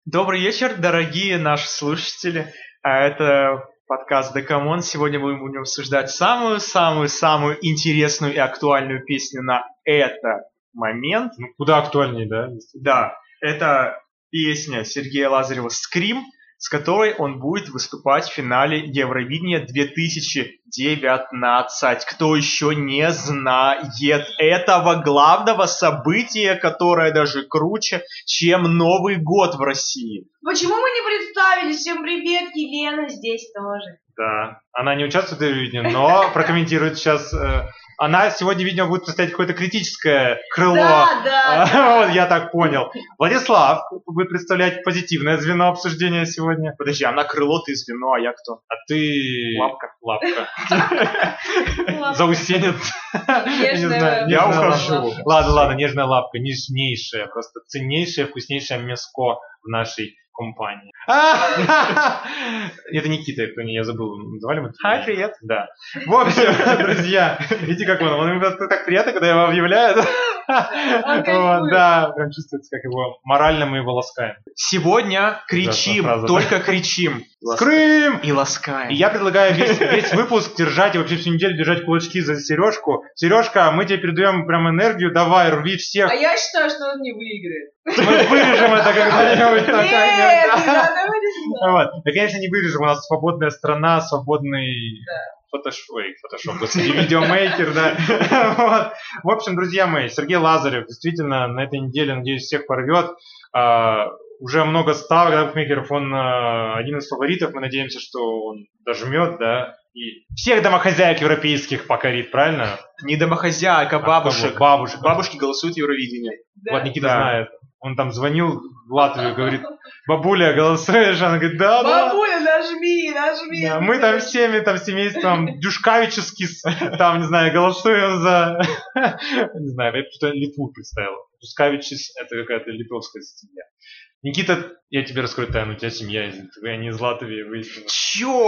Добрый вечер, дорогие наши слушатели. Это подкаст Декамон. Сегодня мы будем обсуждать самую-самую-самую интересную и актуальную песню на этот момент. Ну, куда актуальнее, да? Да, это песня Сергея Лазарева «Скрим», с которой он будет выступать в финале Евровидения 2019. Кто еще не знает этого главного события, которое даже круче, чем Новый год в России? Почему мы не представили? Всем привет, Елена здесь тоже. Да, она не участвует в Евровидении, но прокомментирует сейчас. Она сегодня, видимо, будет представлять какое-то критическое крыло. Да. Вот, я так понял. Владислав будет представлять позитивное звено обсуждения сегодня. Подожди, она крыло, ты звено, а я кто? А ты... Лапка. Заусенец. Я не знаю. Я ухожу. Ладно, нежная лапка, нежнейшая, просто ценнейшее, вкуснейшее мяско в нашей компании. Это Никита, кто не, я забыл, называли мы? Ай, привет. Да. В общем, друзья, видите, как он так приятно, когда его объявляют. Да, прям чувствуется, как его морально мы его ласкаем. Сегодня кричим, только кричим. Скрым! И ласкаем. И я предлагаю весь выпуск держать, и вообще всю неделю держать кулачки за Сережку. Сережка, мы тебе передаем прям энергию, давай, рви всех. А я считаю, что он не выиграет. Мы вырежем это когда-нибудь. Нет, надо вырезать. Вот. Да, конечно, не вырежем, у нас свободная страна, свободный... Фотошоп, господи, видеомейкер, да. Вот. В общем, друзья мои, Сергей Лазарев действительно на этой неделе, надеюсь, всех порвет. Уже много ставок букмекеров, он один из фаворитов, мы надеемся, что он дожмет, да, и всех домохозяек европейских покорит, правильно? Не домохозяек, а бабушек. Бабушек. Бабушки голосуют в Евровидении. Да. Вот Никита знает. Он там звонил в Латвию, говорит: бабуля, голосуешь? Она говорит: да. Бабуля, нажми. Да, мы там всеми, там семейством Дюшкавически, там, не знаю, голосуем за... Не знаю, я что-то Литву представила. Дюшкавичис — это какая-то литовская семья. Никита, я тебе раскрою тайну, у тебя семья из Литвы, а не из Латвии, выяснилось. Чё?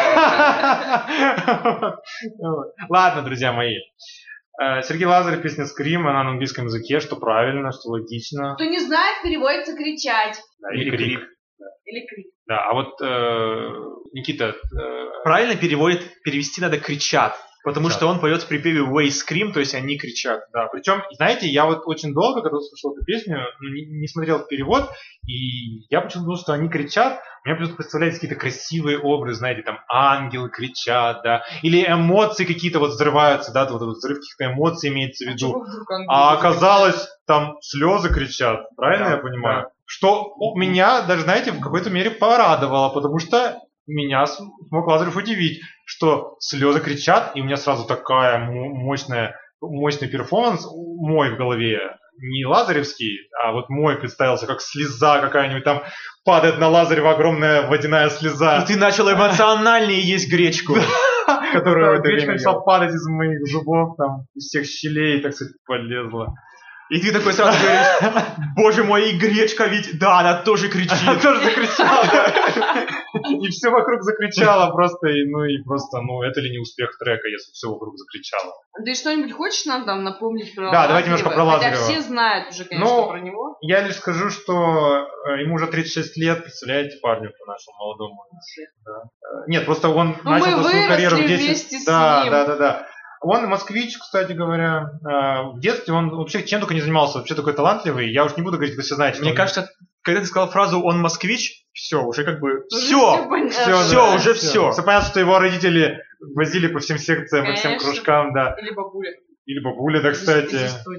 Ладно, друзья мои. Сергей Лазарев, песня «Скрим», она на английском языке, что правильно, что логично. Кто не знает, переводится кричать. Да, или крик. Или крик. Да, а вот Никита... Правильно перевести надо «кричат», потому что он поет в припеве «Way Scream», то есть они кричат. Да, причем, знаете, я вот очень долго, когда слушал эту песню, не смотрел перевод, и я почему-то думал, что они кричат. У меня просто представляются какие-то красивые образы, знаете, там ангелы кричат, да, или эмоции какие-то вот взрываются, да, вот этот взрыв каких-то эмоций имеется в виду. А оказалось, там слезы кричат, правильно я понимаю? Да. Что меня даже, знаете, в какой-то мере порадовало, потому что меня смог Лазарев удивить, что слезы кричат, и у меня сразу такая мощный перформанс мой в голове. Не лазаревский, а вот мой представился, как слеза какая-нибудь там падает на Лазарева, огромная водяная слеза. И ты начал эмоциональнее есть гречку. Которая начала падать из моих зубов, там, из всех щелей, так сказать, полезла. И ты такой сразу говоришь: боже мой, и гречка ведь, да, она тоже кричит. Она тоже закричала, да. И все вокруг закричало просто, это ли не успех трека, если все вокруг закричало. Ты что-нибудь хочешь нам там напомнить про Лазарева? Да, давайте немножко про Лазарева. Хотя все знают уже, конечно, про него. Я лишь скажу, что ему уже 36 лет, представляете, парню по нашему молодому. Да. Нет, просто он начал свою карьеру в 10. Да. Он москвич, кстати говоря. В детстве он вообще чем только не занимался, вообще такой талантливый. Я уж не буду говорить, вы все знаете. Мне кажется, когда ты сказал фразу «он москвич», все, уже как бы все. Все. Все понятно, что его родители возили по всем секциям, по всем кружкам, да. Или бабуля, да, кстати.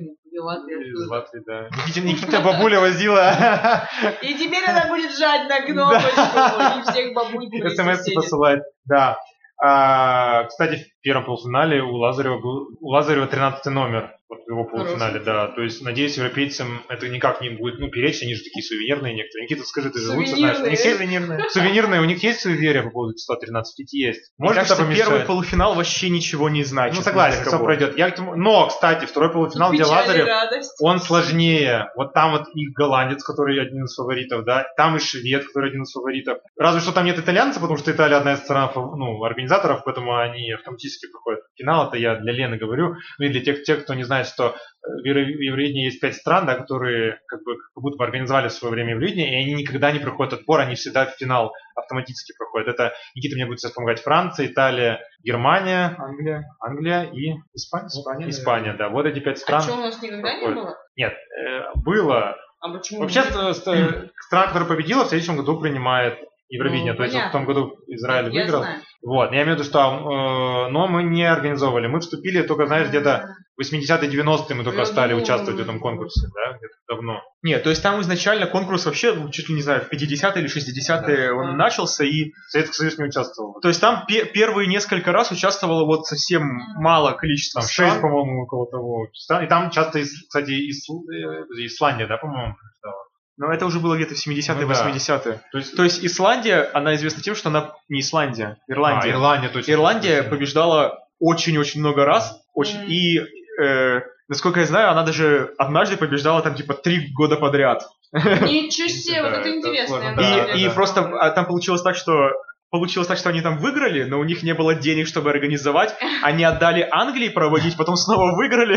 Из Латвии, да. Никита бабуля возила. И теперь она будет жать на кнопочку и всех бабуль СМС посылать, да. Кстати, в первом полуфинале у Лазарева 13 номер в его полуфинале, да. То есть, надеюсь, европейцам это никак не будет перечь, они же такие сувенирные некоторые. Никита, скажи, ты же лучше знаешь. Они все сувенирные, у них есть суеверие по поводу числа 13? Ведь есть. Может, это помешать? Первый полуфинал вообще ничего не значит. Ну, согласен, все пройдет. Но, кстати, второй полуфинал, где Лазарев, он сложнее. Вот там вот и голландец, который один из фаворитов, да, там и швед, который один из фаворитов. Разве что там нет итальянца, потому что Италия одна из стран, организаторов, поэтому они автоматически автоматически проходит финал. Это я для Лены говорю. Ну и для тех, кто не знает, что в Евровидении есть 5 стран, да, которые как будто бы организовали в свое время Евровидение, и они никогда не проходят отбор, они всегда в финал автоматически проходят. Это, Никита мне будет сейчас помогать, Франция, Италия, Германия, Англия и Испания, да. Вот эти 5 стран. А что, у нас никогда проходят. не было? Нет, было. А почему? Вообще, страна, которая победила, в следующем году принимает Евровидение. То есть вот в том году Израиль выиграл. Знаю. Вот, я имею в виду, что но мы не организовывали. Мы вступили только, знаешь, где-то 80-е, 90-е мы только стали участвовать в этом конкурсе, да, где-то давно. Нет, то есть там изначально конкурс вообще, чуть ли не знаю, в 50-е или 60-е он начался, и Советский Союз не участвовал. то есть там первые несколько раз участвовало вот совсем мало количества Там стран. 6, по-моему, около того. И там часто, кстати, Исландия, да, по-моему, побеждала. Но это уже было где-то в 70-е, Ну да. 80-е. То То есть Исландия, она известна тем, что она не Исландия, Ирландия. Ирландия точно. Ирландия побеждала очень-очень много раз, и, насколько я знаю, она даже однажды побеждала там типа 3 года подряд. Ничего себе, вот Да, это это интересно. сложно, да. И просто там получилось так, что они там выиграли, но у них не было денег, чтобы организовать. Они отдали Англии проводить, потом снова выиграли.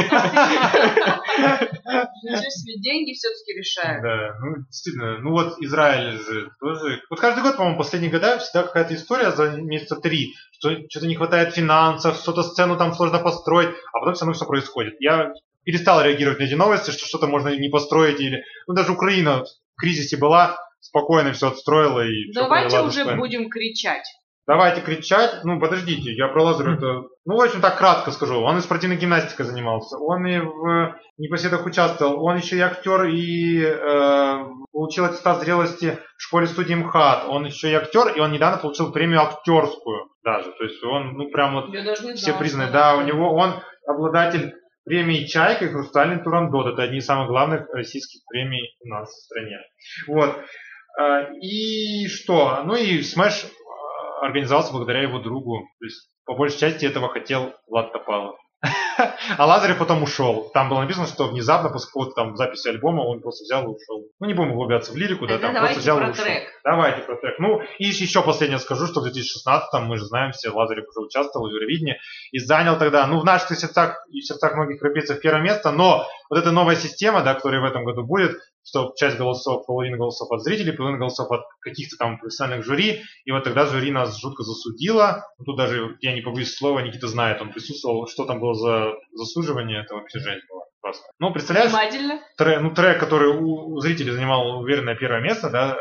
Ничего себе, деньги все-таки решают. Да, ну действительно, ну вот Израиль же тоже. Вот каждый год, по-моему, последние года всегда какая-то история за месяца 3, что что-то не хватает финансов, что-то сцену там сложно построить, а потом все равно все происходит. Я перестал реагировать на эти новости, что что-то можно не построить или. Ну даже Украина в кризисе была, спокойно все отстроила и всё Давайте провела уже достойно. будем кричать. Давайте кричать. Ну, подождите, я про Лазаря это... Ну, в общем, так кратко скажу. Он и спортивной гимнастикой занимался, он и в непоседах участвовал, он еще и актер, и получил аттестат зрелости в школе студии МХАТ. Он еще и актер, и он недавно получил премию актерскую даже. То есть он, ну, прям вот Я даже не все знала, признаны. что Да, он у него он обладатель премии «Чайка» и «Хрустальный Турандот». Это одни из самых главных российских премий у нас в стране. Вот. И что? Ну и Смэш организовался благодаря его другу. То есть, по большей части, этого хотел Влад Топалов. А Лазарев потом ушел. Там было написано, что внезапно после какого-то там записи альбома он просто взял и ушел. Ну, не будем углубляться в лирику, да, там просто взял и ушел. Давайте про трек. Ну, и еще последнее скажу, что в 2016-м, мы же знаем все, Лазарев уже участвовал в Евровидении и занял тогда, ну, в наших сердцах и в сердцах многих европейцев первое место, но вот эта новая система, да, которая в этом году будет, что часть голосов, половина голосов от зрителей, половина голосов от каких-то там профессиональных жюри, и вот тогда жюри нас жутко засудило. Тут даже, я не побоюсь слова, Никита знает, он присутствовал, что там было за заслуживание, это вообще жесть была. Просто. Ну, представляешь, трек, который у зрителей занимал уверенное первое место, да,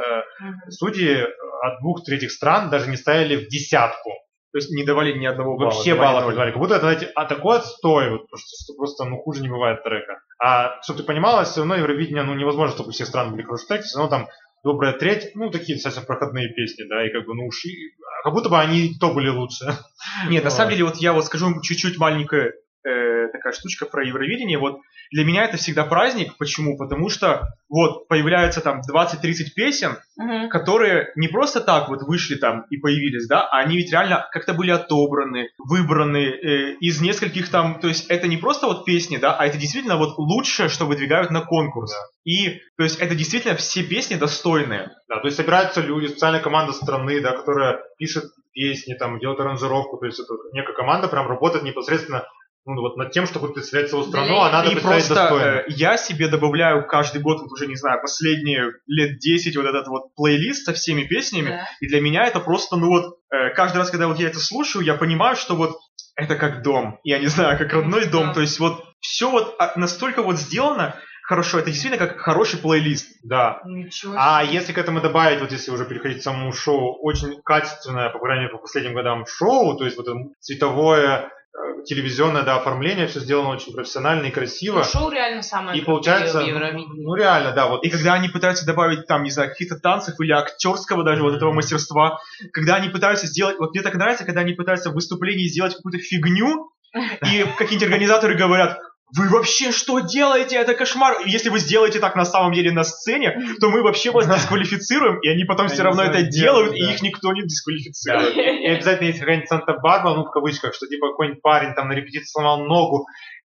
судьи от 2/3 стран даже не ставили в десятку. То есть не давали ни одного балла. Вообще баллов не давали. Как будто это, знаете, такой отстой, вот, что просто, ну, хуже не бывает трека. А чтобы ты понимала, все равно Евровидение, ну, невозможно, чтобы у всех стран были хорошие треки, все равно там добрая треть, ну, такие совсем проходные песни, да, и как бы, ну, как будто бы они то были лучше. Нет, на самом деле, вот я вот скажу чуть-чуть маленькая такая штучка про Евровидение. Вот для меня это всегда праздник. Почему? Потому что вот появляются там 20-30 песен, которые не просто так вот вышли там и появились, да, а они ведь реально как-то были отобраны, выбраны из нескольких там, то есть это не просто вот песни, да, а это действительно вот лучшее, что выдвигают на конкурс. Да. И, то есть это действительно все песни достойные. Да, то есть собираются люди, специальная команда страны, да, которая пишет песни, там, делает аранжировку, то есть это некая команда прям работает непосредственно, ну, вот над тем, чтобы представлять свою страну, а надо представлять достойно. Я себе добавляю каждый год, вот уже, не знаю, последние лет 10 вот этот вот плейлист со всеми песнями, да. И для меня это просто, ну вот, каждый раз, когда вот я это слушаю, я понимаю, что вот это как дом, я не знаю, как родной дом, то есть вот все вот настолько вот сделано хорошо, это действительно как хороший плейлист. Да. А если к этому добавить, вот если уже переходить к самому шоу, очень качественное, по крайней мере, по последним годам шоу, то есть вот это цветовое, телевизионное, да, оформление, все сделано очень профессионально и красиво. Ну, шоу реально самое и получается, ну реально, да, вот. И когда они пытаются добавить там, не знаю, каких-то танцев или актерского даже вот этого мастерства, когда они пытаются сделать, вот мне так нравится, когда они пытаются в выступлении сделать какую-то фигню, и какие-нибудь организаторы говорят: вы вообще что делаете? Это кошмар. Если вы сделаете так на самом деле на сцене, то мы вообще вас дисквалифицируем, и они потом все равно это делают, и их никто не дисквалифицирует. И обязательно есть какая-нибудь Санта-Барбара, ну в кавычках, что типа какой-нибудь парень там на репетиции сломал ногу,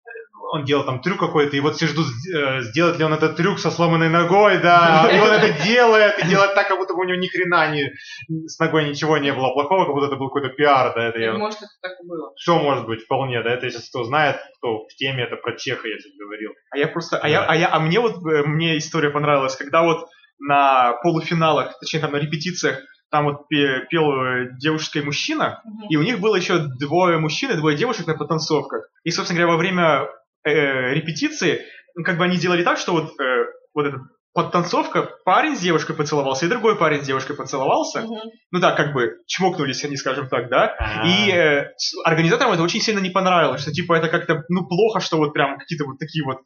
он делал там трюк какой-то, и вот все ждут, сделает ли он этот трюк со сломанной ногой, да, и он это делает, и делает так, как будто бы у него ни хрена с ногой ничего не было плохого, как будто это был какой-то пиар, да, это Может, это так и было. Все может быть, вполне, да, это сейчас кто знает, кто в теме, это про Чеха я сейчас говорил. Мне история понравилась, когда вот на полуфиналах, точнее там на репетициях, там вот пел девушка и мужчина, и у них было еще 2 мужчин и 2 девушек на потанцовках. И, собственно говоря, во время репетиции, как бы они делали так, что вот эта подтанцовка, парень с девушкой поцеловался, и другой парень с девушкой поцеловался. Ну да, как бы чмокнулись они, скажем так, да. И организаторам это очень сильно не понравилось, что типа это как-то, плохо, что вот прям какие-то вот такие вот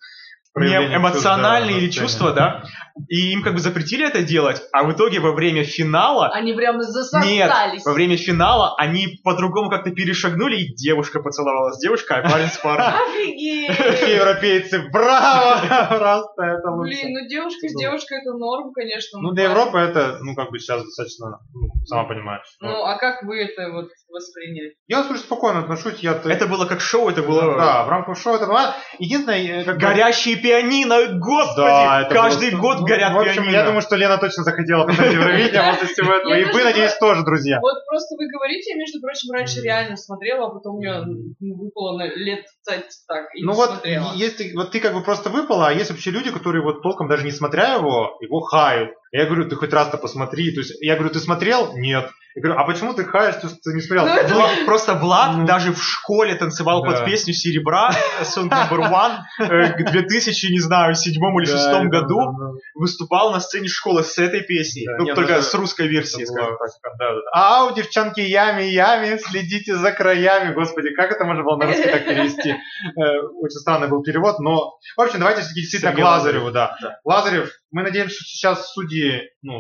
эмоциональные чувства, да, и им как бы запретили это делать, а в итоге во время финала... Они прям засосались. Нет, во время финала они по-другому как-то перешагнули, и девушка поцеловалась с девушкой, а парень с парнем. Офигеть! Все европейцы, браво! Просто это лучше. Блин, девушка с девушкой это норм, конечно. Ну, для Европы это, как бы сейчас достаточно, сама понимаешь. Ну, а как вы это вот восприняли? Я, слушай, спокойно отношусь. Это было как шоу, это было... Да, в рамках шоу это было... Единственное... Горящие пианино, господи! Да, каждый год горят пианино. В общем, я думаю, что Лена точно захотела посмотреть Евровидение после всего этого. И вы, надеюсь, тоже, друзья. Вот просто вы говорите, я, между прочим, раньше реально смотрела, а потом мне выпало на лет так и не смотрела. Ну вот, если вот ты как бы просто выпала, а есть вообще люди, которые вот толком даже не смотря его хают. Я говорю, ты хоть раз-то посмотри. То есть я говорю, ты смотрел? Нет. Я говорю, а почему ты хаешь, что ты не смотрел? Просто Влад даже в школе танцевал под песню «Серебра», Song No. 1, к 2000, не знаю, 7 или 6 году выступал на сцене школы с этой песней. Только с русской версией, скажем так. Ау, девчонки, ями, следите за краями. Господи, как это можно было на русский так перевести? Очень странный был перевод, но... В общем, давайте все-таки действительно к Лазареву, да. Лазарев, мы надеемся, что сейчас судьи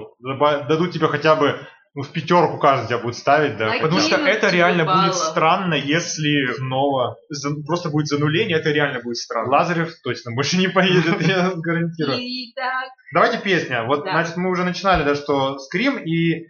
дадут тебе хотя бы в 5 каждый тебя будет ставить, да. Потому что это реально будет странно, если снова просто будет зануление, это реально будет странно. Лазарев точно больше не поедет, я гарантирую. Давайте песня. Вот, значит, мы уже начинали, да, что Скрим, и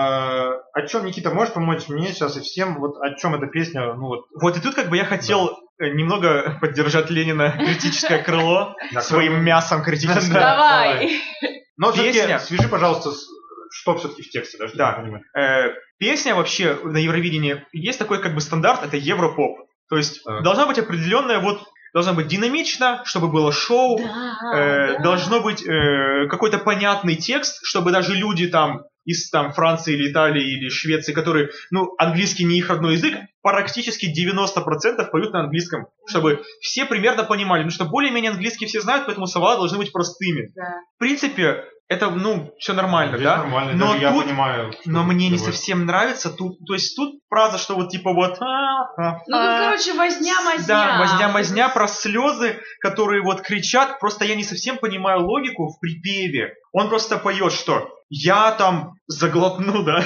о чем, Никита, можешь помочь мне сейчас и всем, вот о чем эта песня, Вот и тут как бы я хотел немного поддержать Ленина критическое крыло своим мясом критическим. Давай! Но все-таки свяжи, пожалуйста, что все-таки в тексте, да? Песня вообще на Евровидении есть такой как бы стандарт, это европоп. То есть должна быть определенная должна быть динамично, чтобы было шоу, должно быть какой-то понятный текст, чтобы даже люди там из Франции или Италии или Швеции, которые, английский не их родной язык, практически 90% поют на английском, чтобы все примерно понимали, потому что более-менее английский все знают, поэтому слова должны быть простыми. Да. В принципе, это, все нормально, да? Нормально, но я понимаю. Но мне не совсем нравится то есть тут фраза, что вот типа вот... короче, возня-мазня. Да, возня-мазня про слезы, которые вот кричат. Просто я не совсем понимаю логику в припеве. Он просто поет, что я там заглотну, да?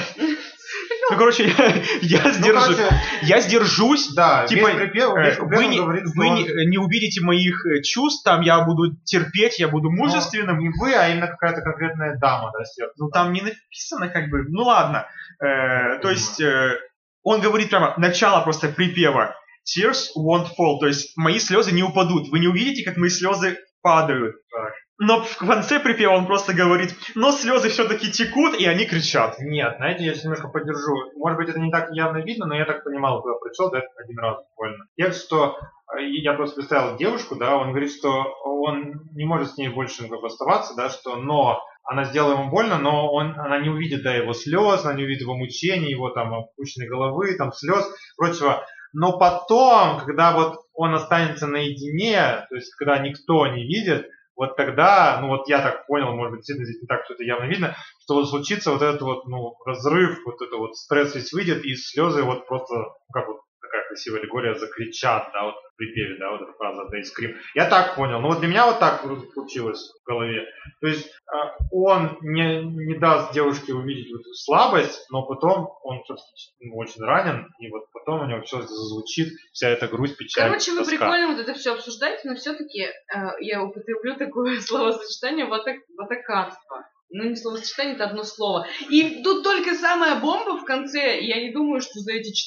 Я сдержусь. Да, типа, вы не увидите моих чувств, там я буду терпеть, я буду мужественным. Не вы, а именно какая-то конкретная дама, да, там не написано как бы, ладно. То есть, он говорит прямо, начало просто припева. Tears won't fall, то есть, мои слезы не упадут. Вы не увидите, как мои слезы падают. Так. Но в конце припева он просто говорит, но слезы все-таки текут, и они кричат. Нет, знаете, я немножко поддержу. Может быть, это не так явно видно, но я так понимал, когда пришел, да, один раз буквально. Я просто представил девушку, да, он говорит, что он не может с ней больше оставаться, да, но она сделала ему больно, но она не увидит, да, его слез, она не увидит его мучений, его там опущенной головы, там слез, прочего. Но потом, когда вот он останется наедине, то есть когда никто не видит, вот тогда, я так понял, может быть, действительно здесь не так все это явно видно, что вот случится вот этот разрыв, вот это стресс весь выйдет, и слезы просто, как такая красивая аллегория, закричат, да, в припеве, да, эта фраза, да, и скрим. Я так понял, для меня вот так случилось в голове. То есть он не даст девушке увидеть слабость, но потом он все-таки очень ранен, и вот потом у него все зазвучит, вся эта грусть, печаль, Короче, вы тоска. прикольно это все обсуждаете, но все-таки я употреблю такое словосочетание ватаканство. Ну, не словосочетание, это одно слово. И тут только самая бомба в конце. Я не думаю, что за эти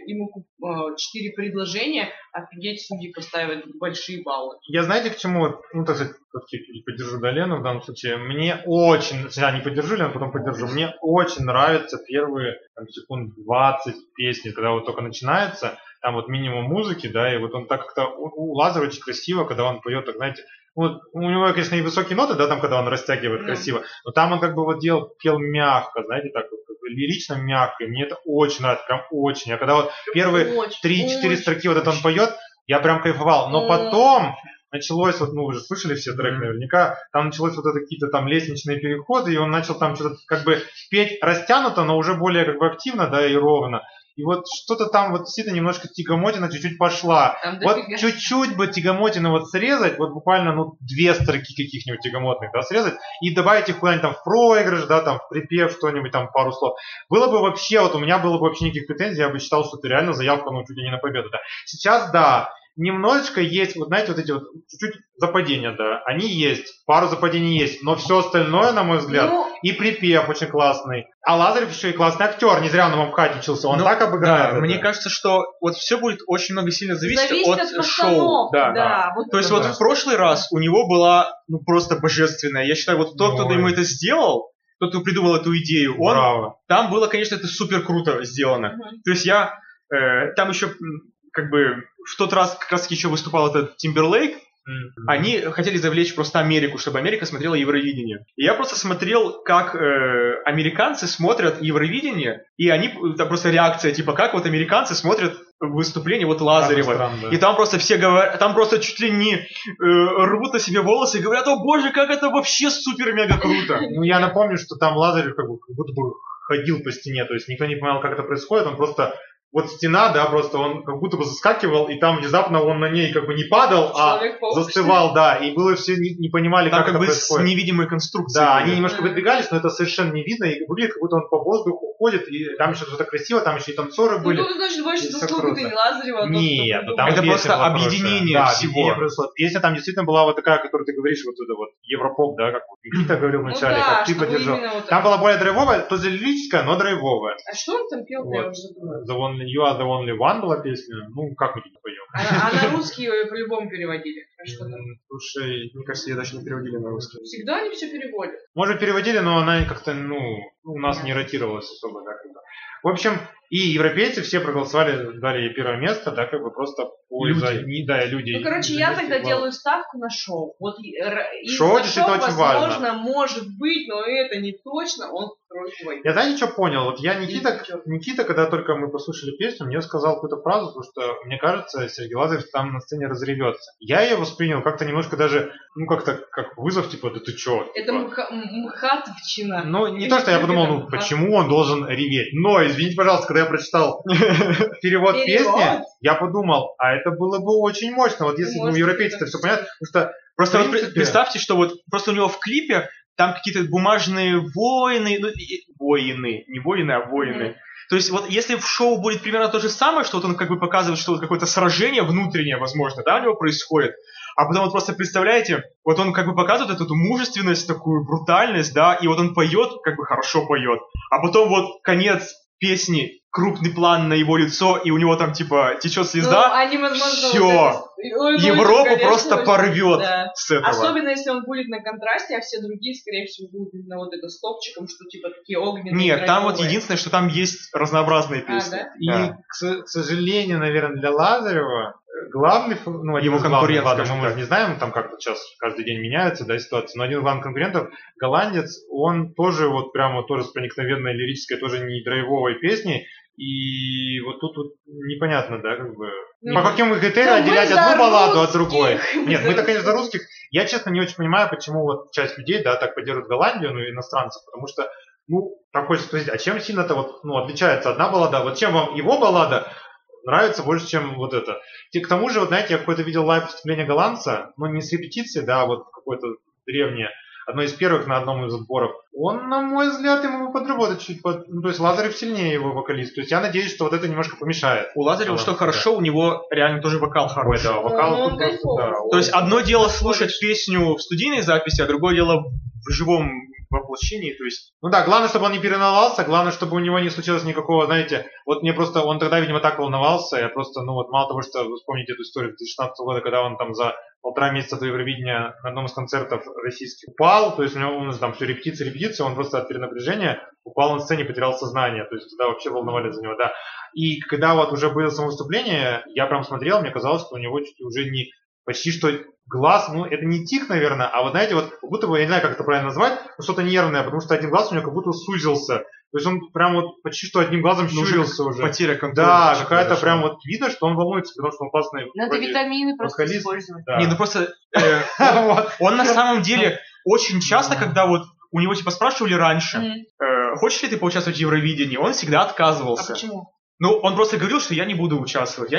4 предложения офигеть судьи поставят большие баллы. Я знаете, к чему, ну, так сказать, поддержу Лену в данном случае. Мне очень, не поддержу Лену, потом поддержу. Мне очень нравятся первые секунд 20 песни, когда вот только начинается, там вот минимум музыки, да, и вот он так как-то, у Лазарева очень красиво, когда он поет, так, знаете, вот, у него, конечно, и высокие ноты, да, там, когда он растягивает красиво, но там он как бы вот пел мягко, знаете, так вот, как бы лирично мягко, и мне это очень нравится, прям очень. А когда вот первые 3-4 строки вот это он поет, я прям кайфовал, но потом началось, вот, ну, вы же слышали все треки наверняка, там началось вот это какие-то там лестничные переходы, и он начал там что-то как бы петь растянуто, но уже более как бы активно, да, и ровно. И вот что-то там вот действительно немножко тягомотина чуть-чуть пошла. Вот чуть-чуть бы тягомотину вот срезать, вот буквально, ну, 2 строки каких-нибудь тягомотных, да, срезать, и добавить их куда-нибудь там в проигрыш, да, там в припев что-нибудь, там пару слов. Было бы вообще, вот у меня было бы вообще никаких претензий, я бы считал, что это реально заявка, ну, чуть ли не на победу, да. Сейчас, да, немножечко есть, вот знаете, вот эти вот чуть-чуть западения, да, они есть, пару западений есть, но все остальное, на мой взгляд, и припев очень классный. А Лазарев еще и классный актер, не зря он в МХАТе учился, он так обыграет. Да, мне кажется, что вот все будет очень много сильно зависеть от шоу. Да. Вот то есть вот в прошлый раз у него была, ну, просто божественная. Я считаю, вот тот, кто ему это сделал, тот, кто придумал эту идею, там было, конечно, это супер круто сделано. То есть я там еще как бы в тот раз как раз еще выступал этот Тимберлейк. Они хотели завлечь просто Америку, чтобы Америка смотрела Евровидение. И я просто смотрел, как американцы смотрят Евровидение, и они, там просто реакция, типа, как вот американцы смотрят выступление вот Лазарева. Странно, да. И там просто все говорят, там просто чуть ли не рвут на себе волосы и говорят: о боже, как это вообще супер-мега круто. Ну, я напомню, что там Лазарев как будто бы ходил по стене, то есть никто не понимал, как это происходит, он просто... Вот стена, да, просто он как будто бы заскакивал, и там внезапно он на ней как бы не падал, а застывал, да, и было все не понимали, там как это бы происходит. С невидимой конструкцией. Да, они немножко выдвигались, но это совершенно не видно, и выглядит, как будто он по воздуху ходит, и там еще что-то красиво, там еще и танцоры были. Ну, значит, больше заслуга ты не Лазарева. Нет, там это просто объединение всего. Песня там действительно была вот такая, которую ты говоришь, вот это вот Европоп, да, как Никита говорил вначале, как ты поддержал. Там была более драйвовая, тоже лирическая, но драйвовая. А что он там пел, я уже забыла? You are the only one была песня, ну как мы тут поем? А на русский ее по-любому переводили. Слушай, мне кажется, ее даже не переводили на русский. Всегда они все переводят. Может, переводили, но она как-то, ну, у нас не ротировалась особо, да, когда. В общем, и европейцы все проголосовали, дали ей первое место, да, как бы просто люди. Ну, короче, я тогда делаю ставку на шоу. Вот шоу действительно очень важно. Возможно, может быть, но это не точно, он Я знаете, что понял? Вот я Никита, когда только мы послушали песню, мне сказал какую-то фразу, потому что, мне кажется, Сергей Лазарев там на сцене разревется. Я ее воспринял как-то немножко даже, ну, как-то как вызов, типа, да ты чё? Это МХАТовщина. Ну, не то, что я подумал, ну, почему он должен реветь. Но, извините, пожалуйста, когда я прочитал перевод песни, я подумал, а это было бы очень мощно, вот если у европейцев это все понятно, потому что... Просто вот представьте, что вот просто у него в клипе там какие-то бумажные воины, ну, не воины, а воины. То есть вот если в шоу будет примерно то же самое, что вот он как бы показывает, что вот какое-то сражение внутреннее, возможно, да, у него происходит, а потом вот просто представляете, вот он как бы показывает эту мужественность, такую брутальность, да, и вот он поет, как бы хорошо поет, а потом вот конец песни, крупный план на его лицо, и у него там типа течет слеза, все, Европу просто порвет с этого. Особенно если он будет на контрасте, а все другие, скорее всего, будут именно вот это стопчиком, что типа такие огненные. Нет, там вот единственное, что там есть разнообразные песни. Да? И, к сожалению, наверное, для Лазарева главный, ну, его конкурент, ладно, мы же не знаем, там как-то сейчас каждый день меняется, да, ситуация, но один из главных конкурентов, голландец, он тоже вот прямо тоже с проникновенной лирической, тоже не драйвовой песней, и вот тут вот непонятно, да, как бы, по каким критериям отделять одну балладу от другой. Нет, мы-то, конечно, за русских. Я, честно, не очень понимаю, почему вот часть людей, да, так поддерживают Голландию, ну, иностранцев, потому что, ну, так хочется спросить, а чем сильно-то вот, ну, отличается одна баллада, вот чем вам его баллада нравится больше, чем вот это. И к тому же, вот знаете, я какой-то видел лайв-выступление голландца, ну не с репетиции, да, вот какое-то древнее, одно из первых на одном из сборов. Он, на мой взгляд, ему бы подработать чуть ну, то есть Лазарев сильнее его вокалист. То есть я надеюсь, что вот это немножко помешает. У Лазарева что хорошо, у него реально тоже вокал хороший. Ой, да, вокал тут просто, да. То есть одно дело слушать песню в студийной записи, а другое дело в живом воплощении, то есть... Ну да, главное, чтобы он не перенавался, главное, чтобы у него не случилось никакого, знаете, вот мне просто, он тогда, видимо, так волновался, я просто, ну вот мало того, что вы вспомните эту историю 2016 года, когда он там за 1,5 месяца до Евровидения на одном из концертов российских упал, то есть у него он там все репетиция, он просто от перенапряжения упал на сцене, потерял сознание, то есть тогда вообще волновались за него, да. И когда вот уже было само выступление, я прям смотрел, мне казалось, что у него чуть уже не почти что глаз, ну это не тик, наверное, а вот знаете, вот как будто бы, я не знаю, как это правильно назвать, но что-то нервное, потому что один глаз у него как будто сузился. То есть он прям вот почти что одним глазом щурился уже. Потеря контроля. Да, какая-то прям вот видно, что он волнуется, потому что он классный. Надо витамины просто использовать. Да. Не, ну просто он на самом деле очень часто, когда вот у него типа спрашивали раньше, хочешь ли ты поучаствовать в Евровидении, он всегда отказывался. А почему? Ну, он просто говорил, что я не буду участвовать.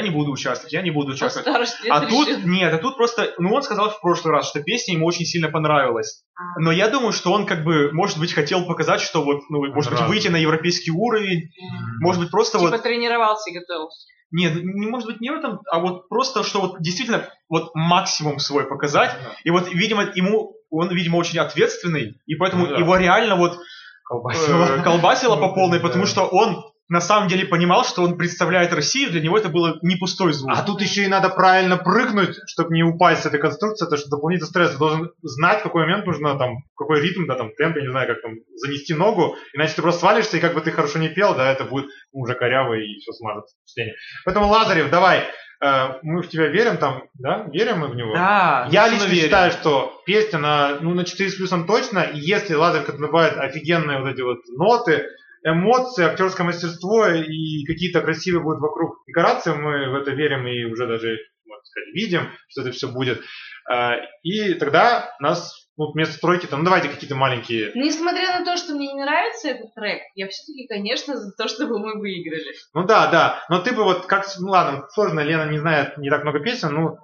А тут, нет, а тут просто, ну, он сказал в прошлый раз, что песня ему очень сильно понравилась. Но я думаю, что он как бы, может быть, хотел показать, что вот, ну, может быть, выйти на европейский уровень, может быть, просто типа вот... тренировался и готовился. Нет, не может быть не в этом, а вот просто, что вот действительно вот максимум свой показать. И вот, видимо, он, видимо, очень ответственный, и поэтому его реально вот колбасило по полной, потому что он на самом деле понимал, что он представляет Россию, для него это было не пустой звук. А тут еще и надо правильно прыгнуть, чтобы не упасть с этой конструкции, это что дополнительный стресс. Ты должен знать, в какой момент нужно там, какой ритм, да, там, темп, я не знаю, как там, занести ногу, иначе ты просто свалишься, и как бы ты хорошо не пел, да, это будет уже коряво и все смажется впечатление. Поэтому, Лазарев, давай, мы в тебя верим там, да? Верим мы в него? Да. Я лично считаю, что песня на 4 с плюсом точно, и если Лазарев добавит офигенные вот эти вот ноты, эмоции, актерское мастерство и какие-то красивые будут вокруг декорации, мы в это верим и уже даже, можно сказать, видим, что это все будет. И тогда нас вместо тройки, там, ну давайте какие-то маленькие... Несмотря на то, что мне не нравится этот трек, я все-таки, конечно, за то, чтобы мы выиграли. Ну да, но ты бы вот как... Ну ладно, сложно, Лена не знает не так много песен, ну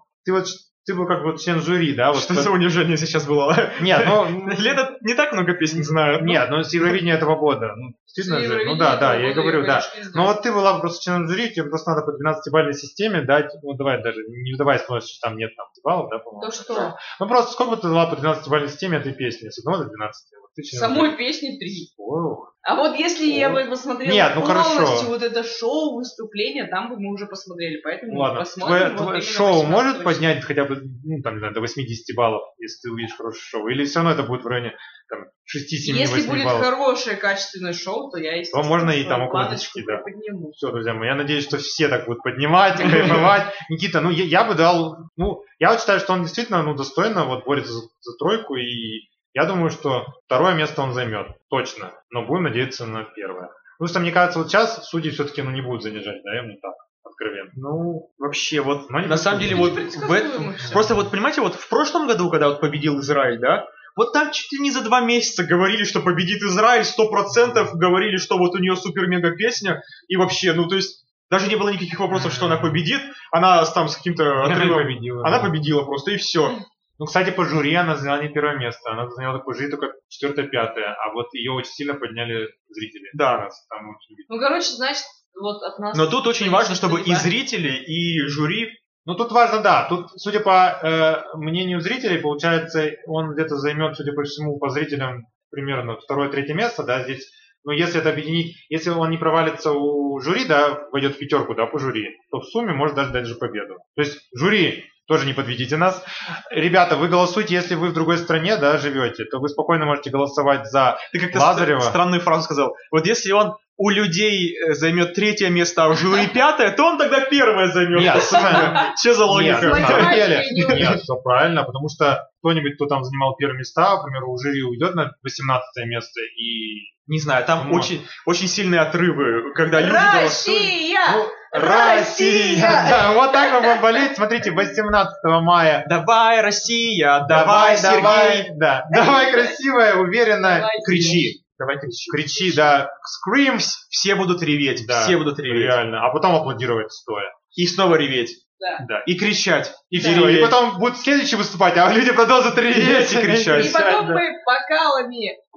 ты бы как вот член жюри, да? Вот что за унижение сейчас было? Нет, ну... Лена не так много песен знает. Нет, ну с Евровидения этого года. Ну, действительно же. Ну да, я и говорю, да. Но вот ты была просто членом жюри, тебе просто надо по 12-бальной системе дать, ну давай даже, не вдаваясь, что там нет там баллов, да, по-моему? То что? Ну просто сколько бы ты дала по 12-бальной системе этой песни? С 1 до 12? Самой песни 3. Ох. А вот если я бы посмотрела полностью вот это шоу, выступление, там бы мы уже посмотрели. Поэтому ладно, посмотрим. Твое шоу может поднять хотя бы, ну там, не знаю, до 80 баллов, если ты увидишь хорошее шоу? Или все равно это будет в районе там, 6, 7, 8 баллов? Если будет хорошее, качественное шоу, то я, естественно, то можно и там около 10, да. подниму. Все, друзья мои, я надеюсь, что все так будут поднимать, кайфовать. Никита, ну я бы дал, ну, я вот считаю, что он действительно, ну, достойно вот борется за тройку, и я думаю, что 2 место он займет, точно, но будем надеяться на 1. Потому что, мне кажется, вот сейчас судьи все-таки, ну, не будут занижать, да, именно так, откровенно. Ну, вообще, вот, на самом деле, вот, просто вот, понимаете, вот в прошлом году, когда вот победил Израиль, да, вот там чуть ли не за 2 месяца говорили, что победит Израиль, 100% говорили, что вот у нее супер-мега песня, и вообще, ну, то есть, даже не было никаких вопросов, что она победит, она там с каким-то отрывом, она победила просто, и все. Ну, кстати, по жюри она заняла не 1 место, она заняла такое жюри только 4-5, а вот ее очень сильно подняли зрители. Да. Там очень... Ну, короче, значит, вот от нас... Но тут очень важно, чтобы и зрители, и жюри... Ну, тут важно, да, тут, судя по мнению зрителей, получается, он где-то займет, судя по всему, по зрителям примерно 2-3 место, да, здесь... Но если это объединить, если он не провалится у жюри, да, войдет в 5, да, по жюри, то в сумме может даже победу. То есть жюри... Тоже не подведите нас. Ребята, вы голосуйте, если вы в другой стране, да, живете, то вы спокойно можете голосовать за Лазарева. Ты как-то странную фразу сказал. Вот если он у людей займет 3 место, а в жюри 5, то он тогда 1 займет. Нет, что за логика? Нет, на самом деле, нет, все правильно, потому что кто-нибудь, кто там занимал 1 места, к примеру, у жюри уйдет на 18 место и... Не знаю, там очень сильные отрывы, когда люди голосуют. Россия! Да, вот так мы будем болеть. Смотрите, 18 мая. Давай, Россия! Давай, Сергей! Да. Давай, красивая, уверенно. Кричи. Давай кричи, да. Scream, все будут реветь. Да, все будут реветь. Реально. А потом аплодировать стоя. И снова реветь. Да. И кричать. И потом будет следующий выступать, а люди продолжат реветь и кричать. И потом мы бокалами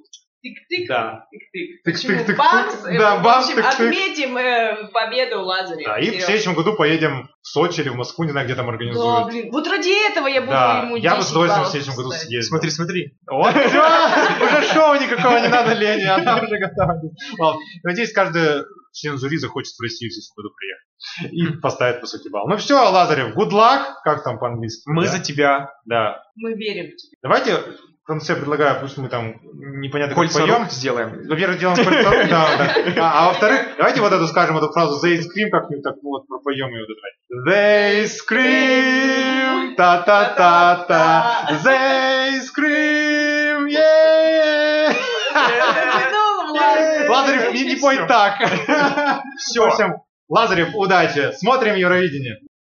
Тык-тык, Да. тык-тык. Тык-тык-тык-тык. Почему бамс? Да, В бамс, общем, тык-тык. отметим победу Лазарева. Да, и в Серёж. следующем году поедем в Сочи или в Москву, не знаю, где там Да, организуют. блин, вот ради этого я буду Да, ему я бы 10 с удовольствием в баллов следующем году ставить. съездил. Смотри. Вот, всё, уже шоу никакого не надо, Лени, она уже готова. Ладно, надеюсь, каждый член жюри захочет в Россию в следующем году приехать. И поставит высокий балл. Ну все, Лазарев, good luck, как там по-английски? Мы да? за тебя. Да. Мы верим в тебя. Давайте в конце предлагаю, пусть мы там непонятно как Кольца поем. рук сделаем. Во-первых, делаем кольца рук, да. А во-вторых, давайте вот эту скажем, эту фразу «They scream», как-нибудь так вот пропоем ее вот это. They scream, та-та-та-та, they scream, yeah. Лазарев, не пой так. Всё. В общем, Лазарев, удачи. Смотрим Евровидение.